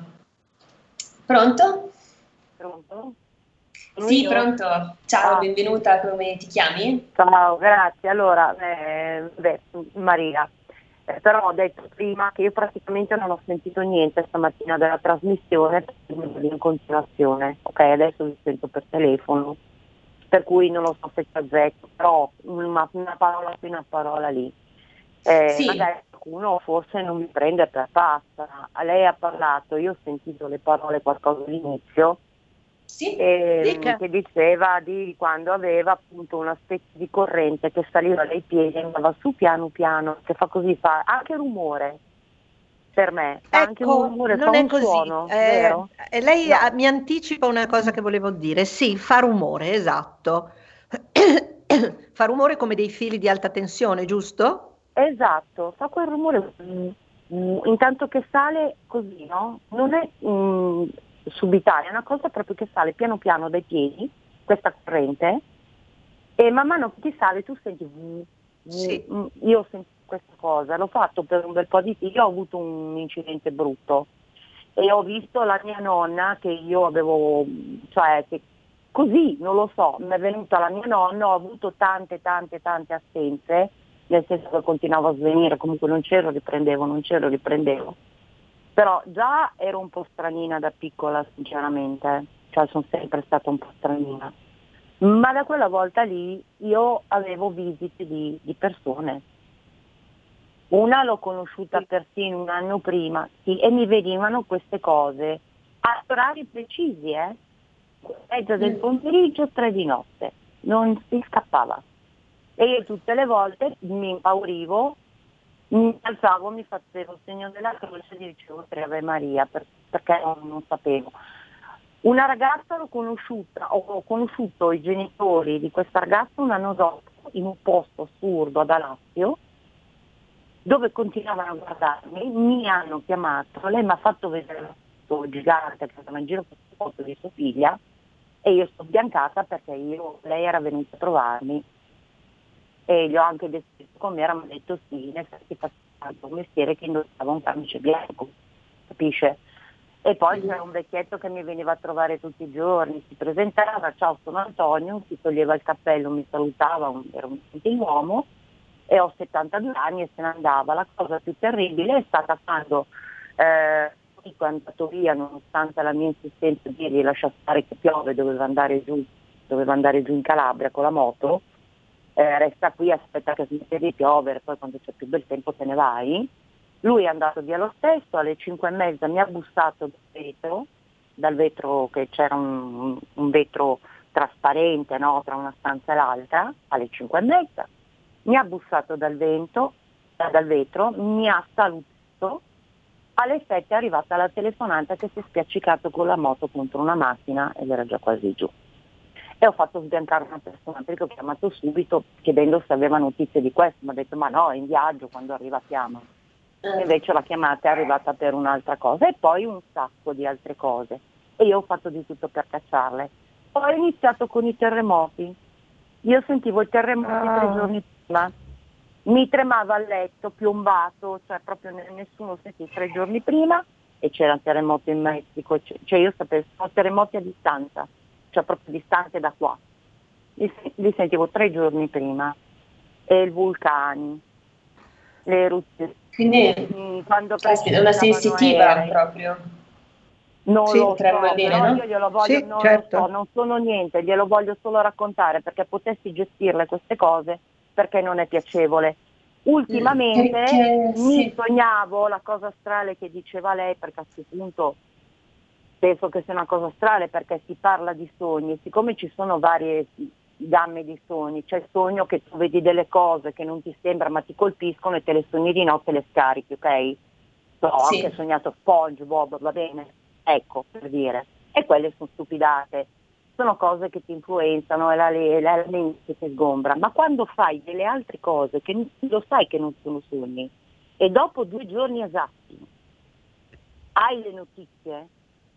Pronto? Pronto? Sì, Io? pronto. Ciao, Ah. benvenuta, come ti chiami? Ciao, grazie. Allora, eh, beh, Maria, eh, però ho detto prima che io praticamente non ho sentito niente stamattina della trasmissione perché in continuazione. Ok, adesso vi sento per telefono, per cui non lo so se ci azzecco, però una, una parola qui, una parola lì. Eh, Sì. Magari qualcuno forse non mi prende per pazza. A lei ha parlato, io ho sentito le parole qualcosa all'inizio. Sì, Ehm, che diceva di quando aveva appunto una specie di corrente che saliva dai piedi e andava su piano piano, che fa così, fa anche rumore per me, fa Ecco, anche un rumore, non fa è un così. suono, Eh, vero? eh, lei No. ah, mi anticipa una cosa che volevo dire. Sì, fa rumore, esatto. Fa rumore come dei fili di alta tensione, giusto? Esatto, fa quel rumore mm, mm, intanto che sale così, no? Non è mm, subitanea, è una cosa proprio che sale piano piano dai piedi, questa corrente, e man mano che ti sale tu senti, mm, Sì. mm, io ho sentito questa cosa, l'ho fatto per un bel po' di tempo, io ho avuto un incidente brutto e ho visto la mia nonna che io avevo, cioè che così, non lo so, mi è venuta la mia nonna, ho avuto tante tante tante assenze, nel senso che continuavo a svenire, comunque non c'ero, riprendevo, non c'ero, riprendevo. Però già ero un po' stranina da piccola, sinceramente, cioè sono sempre stata un po' stranina. Ma da quella volta lì io avevo visite di, di persone. Una l'ho conosciuta persino un anno prima, sì, e mi venivano queste cose a orari precisi, eh? Mezza del pomeriggio, tre di notte, non si scappava. E io tutte le volte mi impaurivo, mi alzavo, mi facevo il segno della croce e dicevo tre Ave Maria, per, perché non, non sapevo. Una ragazza l'ho conosciuta, ho conosciuto i genitori di questa ragazza un anno dopo in un posto assurdo ad Alassio, dove continuavano a guardarmi, mi hanno chiamato, lei mi ha fatto vedere la foto gigante che stava in giro con la foto di sua figlia e io sto sbiancata perché io, lei era venuta a trovarmi e gli ho anche descritto come era, mi ha detto sì, in effetti faceva un mestiere che indossava un camice bianco, capisce? E poi c'era un vecchietto che mi veniva a trovare tutti i giorni, si presentava, ciao sono Antonio, si toglieva il cappello, mi salutava, un, era un gentiluomo e ho settantadue anni e se ne andava. La cosa più terribile è stata quando eh, è andato via, nonostante la mia insistenza di dirgli lascia stare che piove, doveva andare giù, doveva andare giù in Calabria con la moto, eh, resta qui, aspetta che smette di piovere, poi quando c'è più bel tempo te ne vai. Lui è andato via lo stesso, alle cinque e mezza mi ha bussato dal vetro, dal vetro che c'era un, un vetro trasparente, no, tra una stanza e l'altra, alle cinque e mezza. Mi ha bussato dal vento, dal vetro, mi ha salutato, alle sette è arrivata la telefonata che si è spiaccicato con la moto contro una macchina ed era già quasi giù. E ho fatto sbiancare una persona perché ho chiamato subito chiedendo se aveva notizie di questo, mi ha detto ma no, è in viaggio, quando arriva chiama. E invece la chiamata è arrivata per un'altra cosa e poi un sacco di altre cose e io ho fatto di tutto per cacciarle. Poi ho iniziato con i terremoti. Io sentivo i terremoti oh. tre giorni prima, mi tremava il letto, piombato, cioè proprio nessuno sentì tre giorni prima e c'era un terremoto in Messico, cioè io sapevo, sono terremoti a distanza, cioè proprio distanti da qua. Li, li sentivo tre giorni prima e i vulcani, le eruzioni. Quindi quando è una sensitiva aerei. proprio. Non sì, lo so, dire, però no? io glielo voglio, sì, non certo. lo so, non sono niente, glielo voglio solo raccontare perché potessi gestirle queste cose perché non è piacevole. Ultimamente perché, mi sì. sognavo la cosa astrale che diceva lei, perché a questo punto penso che sia una cosa astrale perché si parla di sogni, siccome ci sono varie gamme di sogni, c'è il sogno che tu vedi delle cose che non ti sembra ma ti colpiscono e te le sogni di notte e le scarichi, ok? So, ho sì. anche sognato SpongeBob, va bene? Ecco, per dire. E quelle sono stupidate, sono cose che ti influenzano e la, la, la mente ti sgombra, ma quando fai delle altre cose che lo sai che non sono sogni e dopo due giorni esatti hai le notizie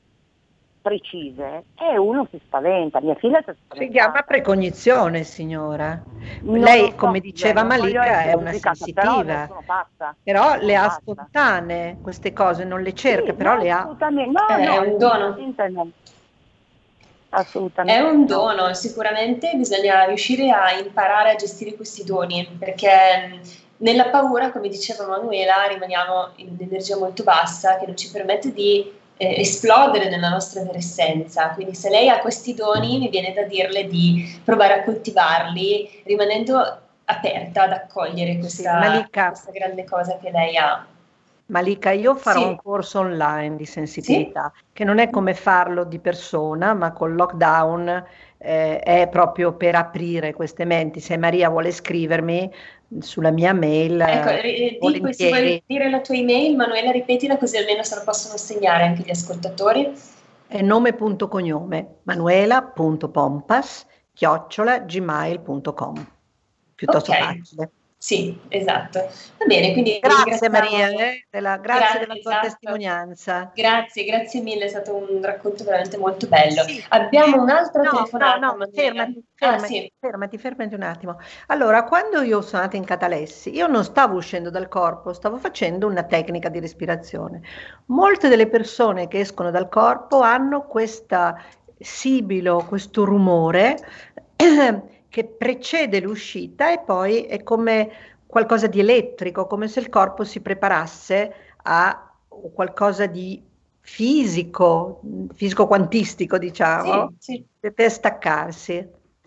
precise e uno si spaventa. Mia figlia si spaventa. Si chiama precognizione, signora. Non Lei, so, come diceva non voglio Malika, è essere una giudicata, sensitiva. Però, non sono pazza. Però Non le ha pazza. spontanee queste cose, non le cerca, Sì, però no, le ha. Assolutamente, no, Eh, no, è un dono. assolutamente. Assolutamente È un no. dono, sicuramente bisogna riuscire a imparare a gestire questi doni, perché nella paura, come diceva Manuela, rimaniamo in un'energia molto bassa che non ci permette di eh, esplodere nella nostra vera essenza. Quindi se lei ha questi doni, mi viene da dirle di provare a coltivarli, rimanendo aperta ad accogliere questa, Sì, Malika. questa grande cosa che lei ha. Malika, io farò Sì. un corso online di sensibilità, sì? Che non è come farlo di persona, ma col lockdown eh, è proprio per aprire queste menti. Se Maria vuole scrivermi sulla mia mail, ecco, eh, di, se vuoi dire la tua email, Manuela, ripetila così almeno se la possono segnare anche gli ascoltatori. È nome punto cognome, manuela punto pompas chiocciola gmail punto com. Piuttosto okay. facile. Sì, esatto. Va bene, quindi grazie Maria, eh, della, grazie, grazie della tua esatto. testimonianza. Grazie, grazie mille, è stato un racconto veramente molto bello. Sì. Abbiamo un'altra no, telefonata. No, no, fermati, fermati, ah, sì. fermati, fermati un attimo. Allora, quando io sono andata in Catalessi, io non stavo uscendo dal corpo, stavo facendo una tecnica di respirazione. Molte delle persone che escono dal corpo hanno questa sibilo, questo rumore che precede l'uscita e poi è come qualcosa di elettrico, come se il corpo si preparasse a qualcosa di fisico, fisico quantistico, diciamo, sì, sì. per staccarsi.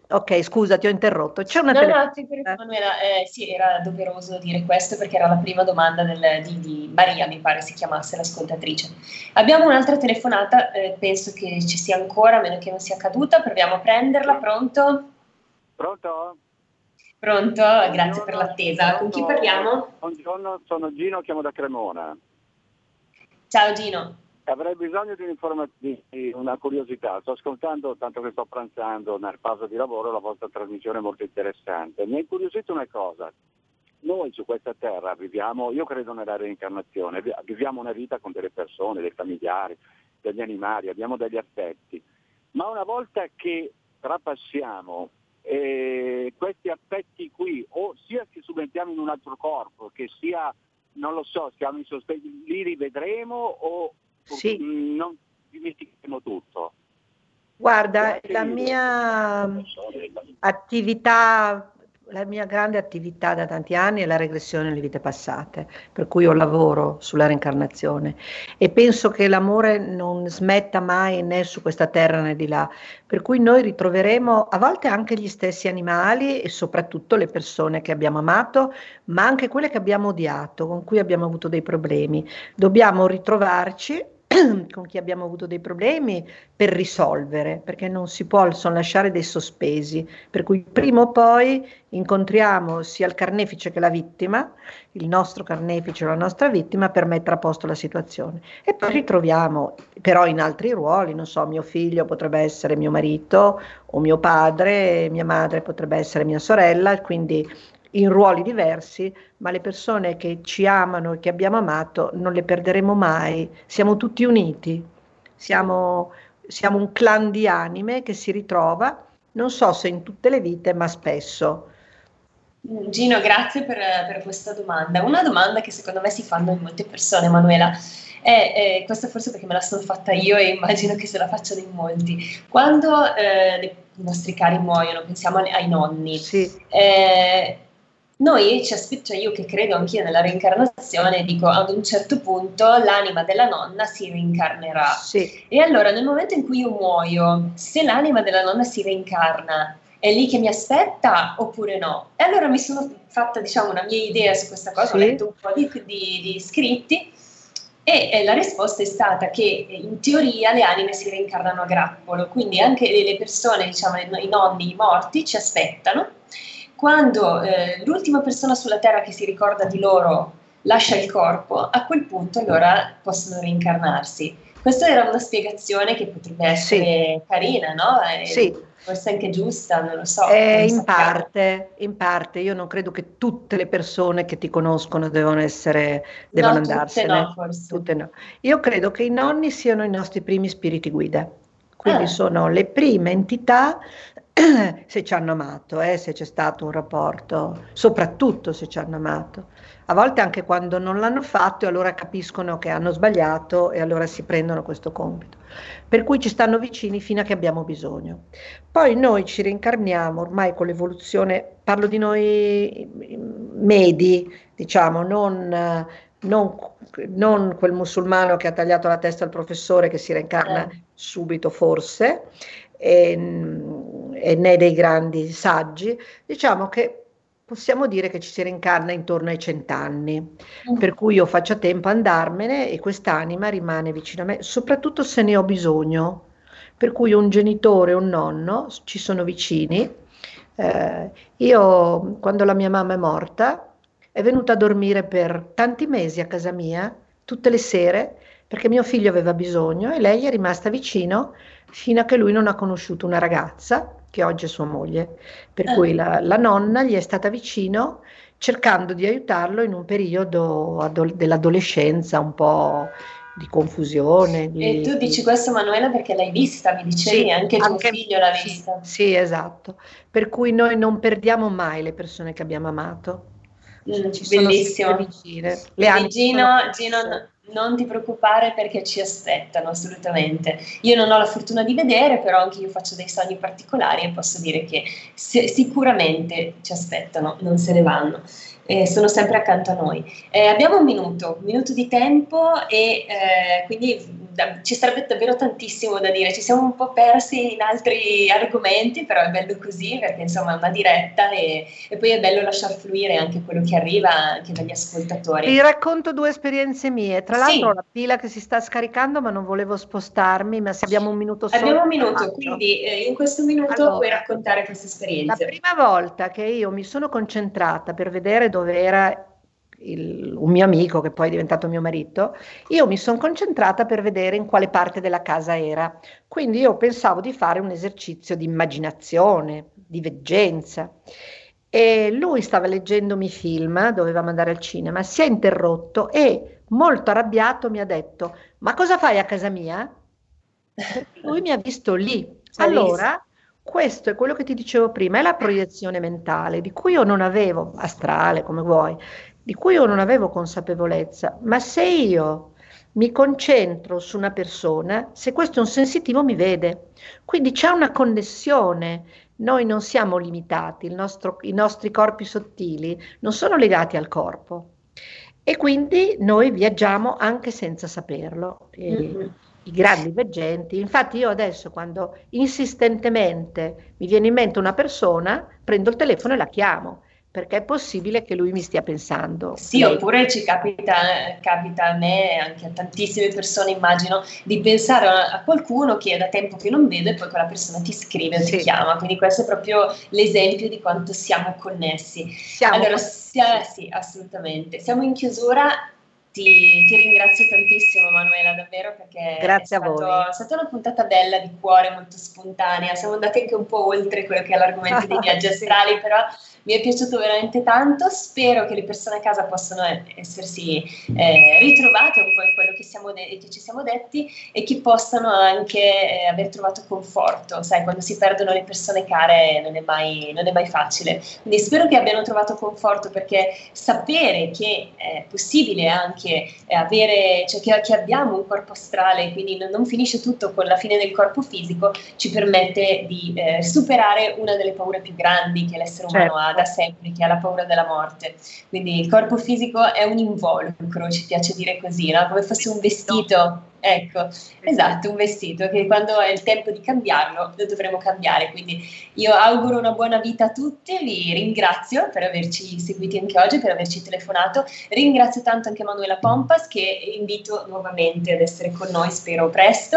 Ok, scusa, ti ho interrotto. C'è una No, telefonata. no, figurati, Manuela, eh, sì, era doveroso dire questo perché era la prima domanda del- di, di Maria, mi pare si chiamasse l'ascoltatrice. Abbiamo un'altra telefonata, eh, penso che ci sia ancora, a meno che non sia caduta, proviamo a prenderla, pronto? Pronto? Pronto, Buongiorno, grazie per l'attesa. pronto. Con chi parliamo? Buongiorno, sono Gino, chiamo da Cremona. Ciao Gino. Avrei bisogno di, un'informa- di una curiosità. Sto ascoltando, tanto che sto pranzando nel pausa di lavoro, la vostra trasmissione è molto interessante. Mi ha incuriosito una cosa. Noi su questa terra viviamo, io credo nella reincarnazione, vi- viviamo una vita con delle persone, dei familiari, degli animali, abbiamo degli affetti. Ma una volta che trapassiamo eh, questi affetti qui, o sia che subentriamo in un altro corpo, che sia, non lo so, siamo in sospeso, li rivedremo o Sì. mh, non dimenticheremo tutto? Guarda, la mia attività, la mia grande attività da tanti anni è la regressione nelle vite passate, per cui io lavoro sulla reincarnazione e penso che l'amore non smetta mai né su questa terra né di là, per cui noi ritroveremo a volte anche gli stessi animali e soprattutto le persone che abbiamo amato, ma anche quelle che abbiamo odiato, con cui abbiamo avuto dei problemi. Dobbiamo ritrovarci con chi abbiamo avuto dei problemi per risolvere, perché non si possono lasciare dei sospesi, per cui prima o poi incontriamo sia il carnefice che la vittima, il nostro carnefice o la nostra vittima, per mettere a posto la situazione. E poi ritroviamo, però in altri ruoli, non so, mio figlio potrebbe essere mio marito o mio padre, mia madre potrebbe essere mia sorella, quindi in ruoli diversi, ma le persone che ci amano e che abbiamo amato non le perderemo mai, siamo tutti uniti, siamo, siamo un clan di anime che si ritrova, non so se in tutte le vite, ma spesso. Gino, grazie per, per questa domanda. Una domanda che secondo me si fanno in molte persone, Manuela, è, è questa forse perché me la sono fatta io e immagino che se la facciano in molti. Quando eh, le, i nostri cari muoiono, pensiamo ai, ai nonni, sì. eh, noi ci aspettiamo, cioè io che credo anch'io nella reincarnazione, dico ad un certo punto l'anima della nonna si reincarnerà. Sì. E allora nel momento in cui io muoio, se l'anima della nonna si reincarna, è lì che mi aspetta oppure no? E allora mi sono fatta, diciamo, una mia idea su questa cosa, sì. Ho letto un po' di, di, di scritti e, e la risposta è stata che in teoria le anime si reincarnano a grappolo, quindi anche le persone, diciamo, i nonni, i morti ci aspettano. Quando eh, l'ultima persona sulla terra che si ricorda di loro lascia il corpo, a quel punto allora possono reincarnarsi. Questa era una spiegazione che potrebbe essere sì. carina, no? E sì. Forse anche giusta, non lo so. Eh, non in sappiamo. parte, in parte, io non credo che tutte le persone che ti conoscono devono essere, devono no, andarsene. Tutte no, forse. Tutte no. Io credo che i nonni siano i nostri primi spiriti guida, quindi ah. sono le prime entità se ci hanno amato, eh, se c'è stato un rapporto, soprattutto se ci hanno amato. A volte anche quando non l'hanno fatto e allora capiscono che hanno sbagliato e allora si prendono questo compito. Per cui ci stanno vicini fino a che abbiamo bisogno. Poi noi ci reincarniamo ormai con l'evoluzione, parlo di noi medi, diciamo, non, non, non quel musulmano che ha tagliato la testa al professore che si reincarna eh. subito forse, e, e né dei grandi saggi, diciamo che possiamo dire che ci si reincarna intorno ai cent'anni, mm. per cui io faccio a tempo a andarmene e quest'anima rimane vicino a me, soprattutto se ne ho bisogno, per cui un genitore e un nonno ci sono vicini. Eh, io quando la mia mamma è morta è venuta a dormire per tanti mesi a casa mia, tutte le sere, perché mio figlio aveva bisogno e lei è rimasta vicino fino a che lui non ha conosciuto una ragazza che oggi è sua moglie, per eh. cui la, la nonna gli è stata vicino cercando di aiutarlo in un periodo adol- dell'adolescenza un po' di confusione. Di, e tu dici questo, Manuela, perché l'hai vista, mi dicevi, sì, anche tuo anche, figlio l'ha vista. Sì, sì, esatto, per cui noi non perdiamo mai le persone che abbiamo amato. Mm, Ci bellissimo. Sono vicine. Le anime Gino, Gino non ti preoccupare perché ci aspettano assolutamente. Io non ho la fortuna di vedere, però anche io faccio dei sogni particolari e posso dire che se, sicuramente ci aspettano, non se ne vanno. Eh, sono sempre accanto a noi. Eh, abbiamo un minuto, un minuto di tempo e eh, quindi da, ci sarebbe davvero tantissimo da dire, ci siamo un po' persi in altri argomenti, però è bello così perché insomma è una diretta e, e poi è bello lasciar fluire anche quello che arriva anche dagli ascoltatori. Vi racconto due esperienze mie, tra l'altro Sì. ho la pila che si sta scaricando ma non volevo spostarmi, ma se abbiamo un minuto solo. Abbiamo un minuto, faccio. quindi eh, in questo minuto Allora, puoi raccontare questa esperienza. La prima volta che io mi sono concentrata per vedere dove era il, un mio amico che poi è diventato mio marito, io mi sono concentrata per vedere in quale parte della casa era. Quindi io pensavo di fare un esercizio di immaginazione, di veggenza. E lui stava leggendomi film, dovevamo andare al cinema, si è interrotto e molto arrabbiato mi ha detto: ma cosa fai a casa mia? Perché lui mi ha visto lì. Allora, questo è quello che ti dicevo prima, è la proiezione mentale, di cui io non avevo, astrale come vuoi, di cui io non avevo consapevolezza, ma se io mi concentro su una persona, se questo è un sensitivo mi vede, quindi c'è una connessione, noi non siamo limitati, il nostro, i nostri corpi sottili non sono legati al corpo e quindi noi viaggiamo anche senza saperlo. E Mm-hmm. I grandi veggenti, infatti io adesso quando insistentemente mi viene in mente una persona, prendo il telefono e la chiamo, perché è possibile che lui mi stia pensando. Sì, Lei. oppure ci capita, capita a me e anche a tantissime persone, immagino, di pensare a, a qualcuno che è da tempo che non vedo e poi quella persona ti scrive o Sì. ti chiama, quindi questo è proprio l'esempio di quanto siamo connessi. Siamo allora, connessi. sia, sì, assolutamente. Siamo in chiusura. Ti, ti ringrazio tantissimo Manuela, davvero, perché Grazie è, a stato, voi. è stata una puntata bella, di cuore, molto spontanea. Siamo andati anche un po' oltre quello che è l'argomento dei viaggi Sì. astrali, però mi è piaciuto veramente tanto. Spero che le persone a casa possano essersi eh, ritrovate un po' in quello che, siamo de- che ci siamo detti e che possano anche eh, aver trovato conforto. Sai, quando si perdono le persone care non è mai, non è mai facile. Quindi spero che abbiano trovato conforto, perché sapere che è possibile anche avere, cioè che, che abbiamo un corpo astrale, quindi non, non finisce tutto con la fine del corpo fisico, ci permette di eh, superare una delle paure più grandi che l'essere umano Certo. ha da sempre, che è la paura della morte. Quindi il corpo fisico è un involucro, ci piace dire così, no? Come fosse un vestito. Ecco, esatto, un vestito che quando è il tempo di cambiarlo lo dovremo cambiare. Quindi io auguro una buona vita a tutti, vi ringrazio per averci seguiti anche oggi, per averci telefonato, ringrazio tanto anche Manuela Pompas, che invito nuovamente ad essere con noi, spero presto,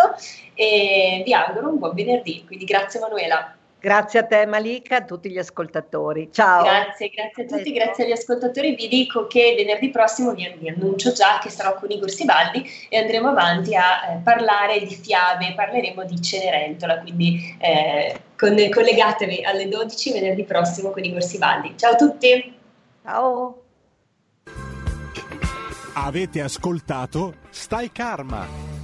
e vi auguro un buon venerdì, quindi grazie Manuela. Grazie a te Malika, a tutti gli ascoltatori. Ciao. Grazie, grazie a tutti, grazie agli ascoltatori. Vi dico che venerdì prossimo vi, vi annuncio già che sarò con Igor Sibaldi e andremo avanti a eh, parlare di fiabe, parleremo di Cenerentola, quindi eh, con, collegatevi alle dodici venerdì prossimo con Igor Sibaldi. Ciao a tutti! Ciao! Avete ascoltato Stai Karma.